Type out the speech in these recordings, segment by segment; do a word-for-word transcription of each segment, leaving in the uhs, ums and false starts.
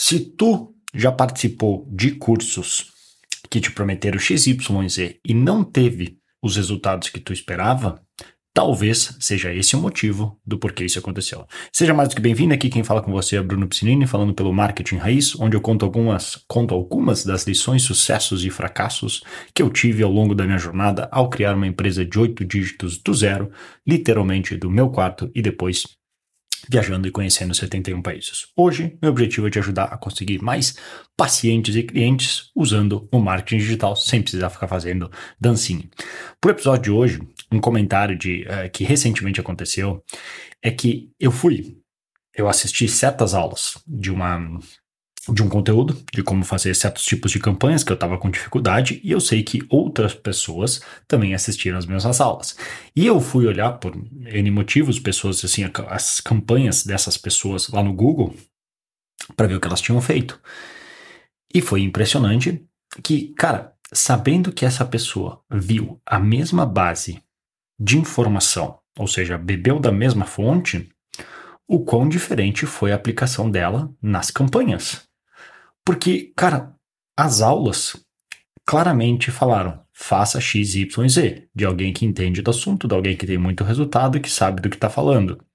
Se tu já participou de cursos que te prometeram X, Y, Z e não teve os resultados que tu esperava, talvez seja esse o motivo do porquê isso aconteceu. Seja mais do que bem-vindo, aqui quem fala com você é Bruno Piscinini, falando pelo Marketing Raiz, onde eu conto algumas, conto algumas das lições, sucessos e fracassos que eu tive ao longo da minha jornada ao criar uma empresa de oito dígitos do zero, literalmente do meu quarto e depois viajando e conhecendo setenta e um países. Hoje, meu objetivo é te ajudar a conseguir mais pacientes e clientes usando o marketing digital sem precisar ficar fazendo dancinha. Para o episódio de hoje, um comentário de, uh, que recentemente aconteceu é que eu fui, eu assisti certas aulas de uma... de um conteúdo, de como fazer certos tipos de campanhas que eu estava com dificuldade, e eu sei que outras pessoas também assistiram as mesmas aulas. E eu fui olhar por N motivos, pessoas assim, as campanhas dessas pessoas lá no Google, para ver o que elas tinham feito. E foi impressionante que, cara, sabendo que essa pessoa viu a mesma base de informação, ou seja, bebeu da mesma fonte, o quão diferente foi a aplicação dela nas campanhas. Porque, cara, as aulas claramente falaram, faça X, Y, Z, de alguém que entende do assunto, de alguém que tem muito resultado e que sabe do que está falando.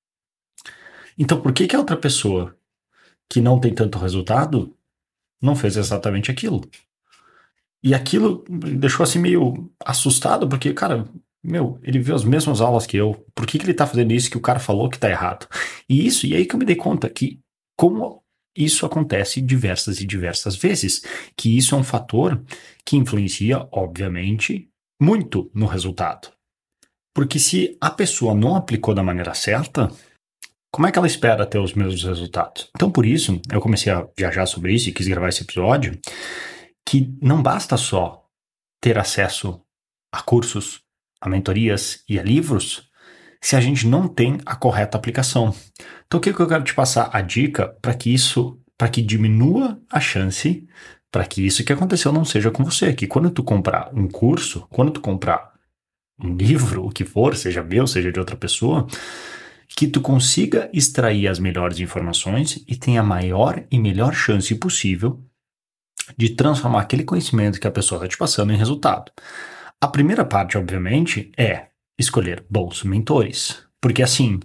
Então, por que que a outra pessoa que não tem tanto resultado não fez exatamente aquilo? E aquilo me deixou assim meio assustado, porque, cara, meu, ele viu as mesmas aulas que eu, por que que ele está fazendo isso que o cara falou que está errado? E isso, e aí que eu me dei conta que como... isso acontece diversas e diversas vezes, que isso é um fator que influencia, obviamente, muito no resultado. Porque se a pessoa não aplicou da maneira certa, como é que ela espera ter os mesmos resultados? Então, por isso, eu comecei a viajar sobre isso e quis gravar esse episódio, que não basta só ter acesso a cursos, a mentorias e a livros, se a gente não tem a correta aplicação. Então, o que eu quero te passar a dica para que isso, para que diminua a chance, para que isso que aconteceu não seja com você, que quando tu comprar um curso, quando tu comprar um livro, o que for, seja meu, seja de outra pessoa, que tu consiga extrair as melhores informações e tenha a maior e melhor chance possível de transformar aquele conhecimento que a pessoa está te passando em resultado. A primeira parte, obviamente, é escolher bons mentores, porque assim,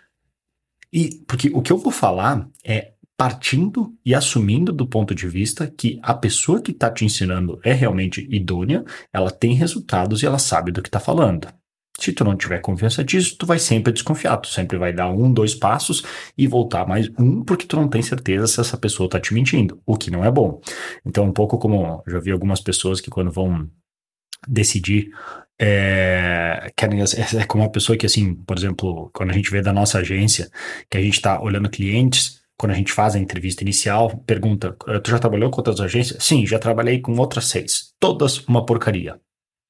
e porque o que eu vou falar é partindo e assumindo do ponto de vista que a pessoa que está te ensinando é realmente idônea, ela tem resultados e ela sabe do que está falando. Se tu não tiver confiança disso, tu vai sempre desconfiar, tu sempre vai dar um, dois passos e voltar mais um, porque tu não tem certeza se essa pessoa está te mentindo, o que não é bom. Então, um pouco como eu já vi algumas pessoas que quando vão decidir É, querem, é como uma pessoa que, assim, por exemplo, quando a gente vê da nossa agência, que a gente está olhando clientes, quando a gente faz a entrevista inicial, pergunta, tu já trabalhou com outras agências? Sim, já trabalhei com outras seis. Todas uma porcaria.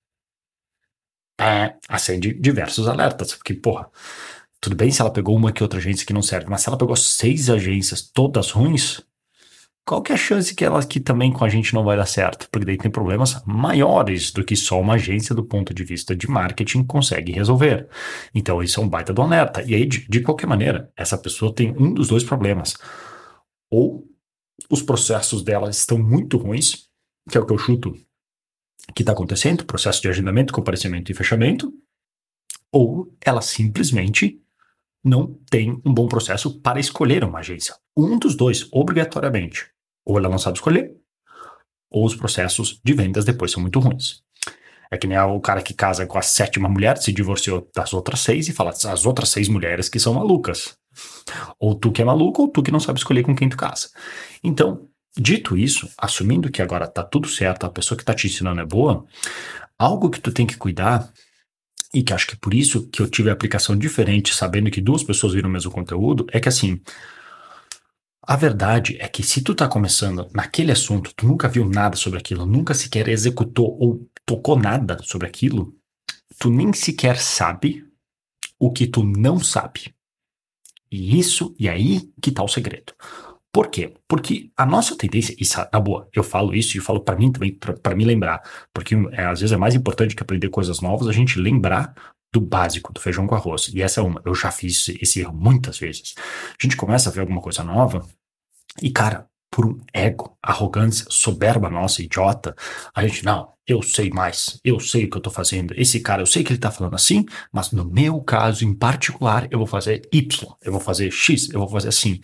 É, acende diversos alertas, porque, porra, tudo bem se ela pegou uma que outra agência que não serve, mas se ela pegou seis agências, todas ruins, qual que é a chance que ela aqui também com a gente não vai dar certo? Porque daí tem problemas maiores do que só uma agência do ponto de vista de marketing consegue resolver. Então isso é um baita do alerta. E aí, de, de qualquer maneira, essa pessoa tem um dos dois problemas. Ou os processos dela estão muito ruins, que é o que eu chuto que está acontecendo, processo de agendamento, comparecimento e fechamento, ou ela simplesmente não tem um bom processo para escolher uma agência. Um dos dois, obrigatoriamente. Ou ela não sabe escolher, ou os processos de vendas depois são muito ruins. É que nem o cara que casa com a sétima mulher, se divorciou das outras seis e fala, as outras seis mulheres que são malucas. Ou tu que é maluco, ou tu que não sabe escolher com quem tu casa. Então, dito isso, assumindo que agora tá tudo certo, a pessoa que tá te ensinando é boa, algo que tu tem que cuidar, e que acho que por isso que eu tive a aplicação diferente, sabendo que duas pessoas viram o mesmo conteúdo, é que assim, a verdade é que se tu tá começando naquele assunto, tu nunca viu nada sobre aquilo, nunca sequer executou ou tocou nada sobre aquilo, tu nem sequer sabe o que tu não sabe. E isso, e aí que tá o segredo. Por quê? Porque a nossa tendência, e na boa, eu falo isso e falo pra mim também, pra, pra me lembrar, porque é, às vezes é mais importante que aprender coisas novas, a gente lembrar do básico, do feijão com arroz. E essa é uma, eu já fiz esse erro muitas vezes. A gente começa a ver alguma coisa nova e, cara, por um ego, arrogância, soberba nossa, idiota, a gente, não, eu sei mais, eu sei o que eu tô fazendo, esse cara, eu sei que ele tá falando assim, mas no meu caso em particular, eu vou fazer Y, eu vou fazer X, eu vou fazer assim.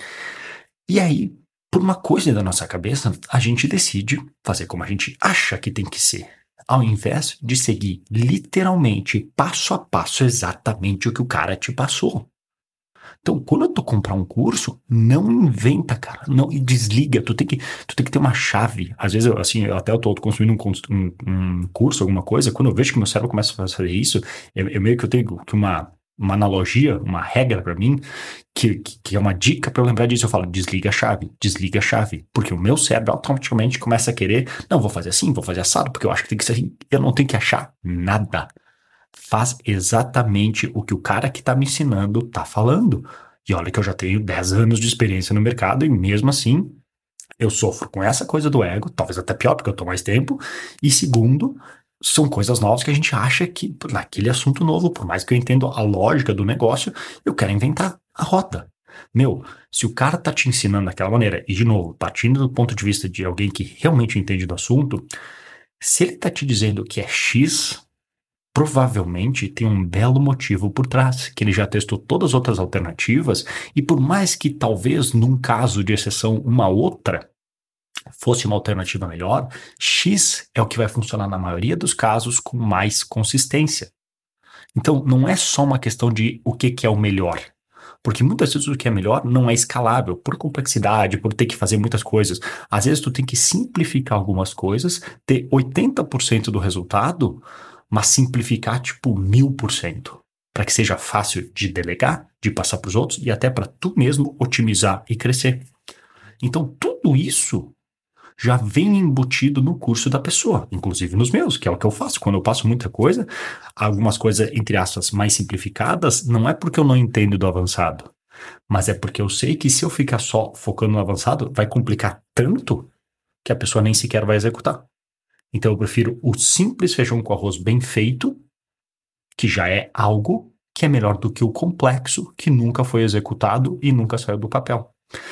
E aí, por uma coisa da nossa cabeça, a gente decide fazer como a gente acha que tem que ser, ao invés de seguir literalmente, passo a passo, exatamente o que o cara te passou. Então, quando tu comprar um curso, não inventa, cara, não, e desliga, tu tem que, tu tem que ter uma chave. Às vezes, eu, assim, eu até eu tô consumindo um, cons- um, um curso, alguma coisa, quando eu vejo que meu cérebro começa a fazer isso, eu, eu meio que eu tenho que uma, uma analogia, uma regra pra mim, que, que, que é uma dica pra eu lembrar disso. Eu falo, desliga a chave, desliga a chave, porque o meu cérebro automaticamente começa a querer, não, vou fazer assim, vou fazer assado, porque eu acho que tem que ser assim. Eu não tenho que achar nada. Faz exatamente o que o cara que tá me ensinando tá falando. E olha que eu já tenho dez anos de experiência no mercado e mesmo assim eu sofro com essa coisa do ego, talvez até pior porque eu tô mais tempo. E segundo, são coisas novas que a gente acha que naquele assunto novo, por mais que eu entenda a lógica do negócio, eu quero inventar a roda. Meu, se o cara tá te ensinando daquela maneira, e de novo, partindo do ponto de vista de alguém que realmente entende do assunto, se ele tá te dizendo que é X, provavelmente tem um belo motivo por trás, que ele já testou todas as outras alternativas, e por mais que talvez num caso de exceção uma outra fosse uma alternativa melhor, X é o que vai funcionar na maioria dos casos com mais consistência. Então não é só uma questão de o que, que é o melhor. Porque muitas vezes o que é melhor não é escalável, por complexidade, por ter que fazer muitas coisas. Às vezes tu tem que simplificar algumas coisas, ter oitenta por cento do resultado, mas simplificar tipo mil por cento. Para que seja fácil de delegar, de passar para os outros e até para tu mesmo otimizar e crescer. Então tudo isso já vem embutido no curso da pessoa, inclusive nos meus, que é o que eu faço. Quando eu passo muita coisa, algumas coisas, entre aspas, mais simplificadas, não é porque eu não entendo do avançado, mas é porque eu sei que se eu ficar só focando no avançado, vai complicar tanto que a pessoa nem sequer vai executar. Então eu prefiro o simples feijão com arroz bem feito, que já é algo que é melhor do que o complexo, que nunca foi executado e nunca saiu do papel.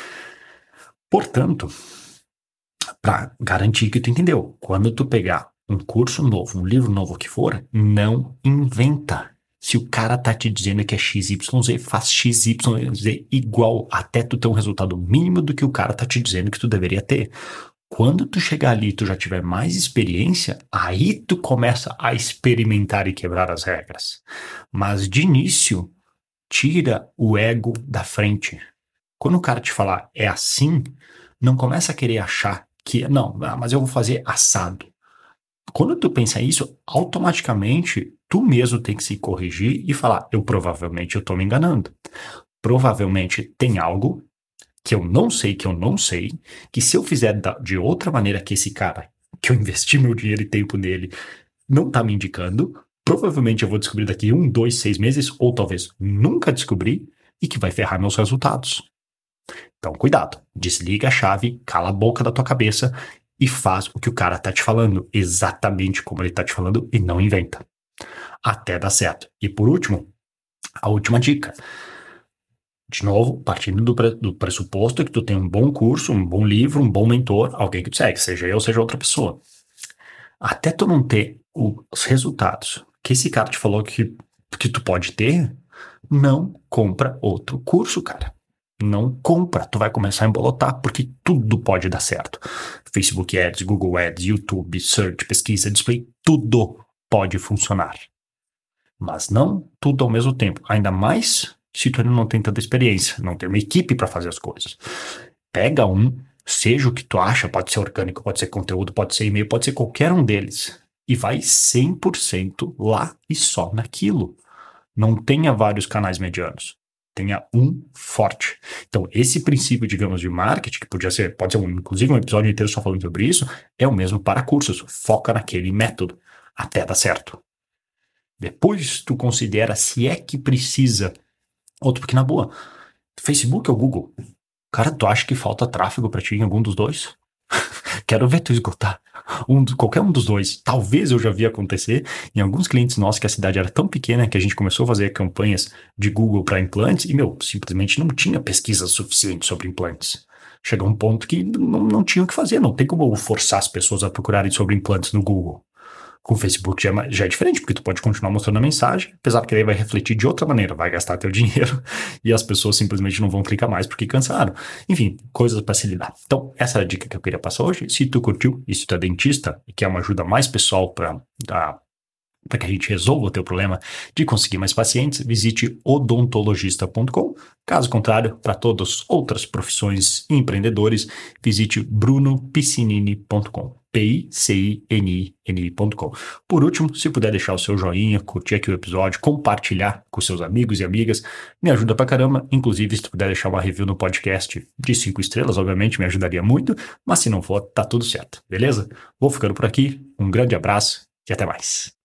Portanto, para garantir que tu entendeu. Quando tu pegar um curso novo, um livro novo, o que for, não inventa. Se o cara tá te dizendo que é X Y Z, faz X Y Z igual, até tu ter um resultado mínimo do que o cara tá te dizendo que tu deveria ter. Quando tu chegar ali e tu já tiver mais experiência, aí tu começa a experimentar e quebrar as regras. Mas de início, tira o ego da frente. Quando o cara te falar é assim, não começa a querer achar que, não, ah, mas eu vou fazer assado. Quando tu pensa isso, automaticamente tu mesmo tem que se corrigir e falar, eu provavelmente eu tô me enganando. Provavelmente tem algo que eu não sei, que eu não sei, que se eu fizer de outra maneira que esse cara, que eu investi meu dinheiro e tempo nele, não tá me indicando, provavelmente eu vou descobrir daqui um, dois, seis meses, ou talvez nunca descobrir, e que vai ferrar meus resultados. Então, cuidado. Desliga a chave, cala a boca da tua cabeça e faz o que o cara tá te falando, exatamente como ele tá te falando e não inventa. Até dar certo. E por último, a última dica. De novo, partindo do, pre- do pressuposto que tu tem um bom curso, um bom livro, um bom mentor, alguém que te segue, seja eu, seja outra pessoa. Até tu não ter os resultados que esse cara te falou que, que tu pode ter, não compra outro curso, cara. Não compra, tu vai começar a embolotar, porque tudo pode dar certo. Facebook Ads, Google Ads, YouTube, Search, pesquisa, display, tudo pode funcionar. Mas não tudo ao mesmo tempo. Ainda mais se tu ainda não tem tanta experiência, não tem uma equipe para fazer as coisas. Pega um, seja o que tu acha, pode ser orgânico, pode ser conteúdo, pode ser e-mail, pode ser qualquer um deles. E vai cem por cento lá e só naquilo. Não tenha vários canais medianos. Tenha um forte. Então, esse princípio, digamos, de marketing, que podia ser, pode ser um, inclusive um episódio inteiro só falando sobre isso, é o mesmo para cursos. Foca naquele método até dar certo. Depois tu considera se é que precisa outro, porque na boa, Facebook ou Google? Cara, tu acha que falta tráfego para ti em algum dos dois? Quero ver tu esgotar um, qualquer um dos dois. Talvez eu já vi acontecer em alguns clientes nossos que a cidade era tão pequena que a gente começou a fazer campanhas de Google para implantes e, meu, simplesmente não tinha pesquisa suficiente sobre implantes. Chegou um ponto que não, não tinha o que fazer, não tem como forçar as pessoas a procurarem sobre implantes no Google. Com o Facebook já é, já é diferente, porque tu pode continuar mostrando a mensagem, apesar que ele vai refletir de outra maneira, vai gastar teu dinheiro e as pessoas simplesmente não vão clicar mais porque cansaram. Enfim, coisas para se lidar. Então, essa era a dica que eu queria passar hoje. Se tu curtiu e se tu é dentista e quer uma ajuda mais pessoal para para que a gente resolva o teu problema de conseguir mais pacientes, visite odontologista ponto com. Caso contrário, para todas as outras profissões e empreendedores, visite bruno piscinini ponto com. P I C I N I N I ponto com. Por último, se puder deixar o seu joinha, curtir aqui o episódio, compartilhar com seus amigos e amigas, me ajuda pra caramba. Inclusive, se tu puder deixar uma review no podcast de cinco estrelas, obviamente me ajudaria muito, mas se não for, tá tudo certo, beleza? Vou ficando por aqui, um grande abraço e até mais.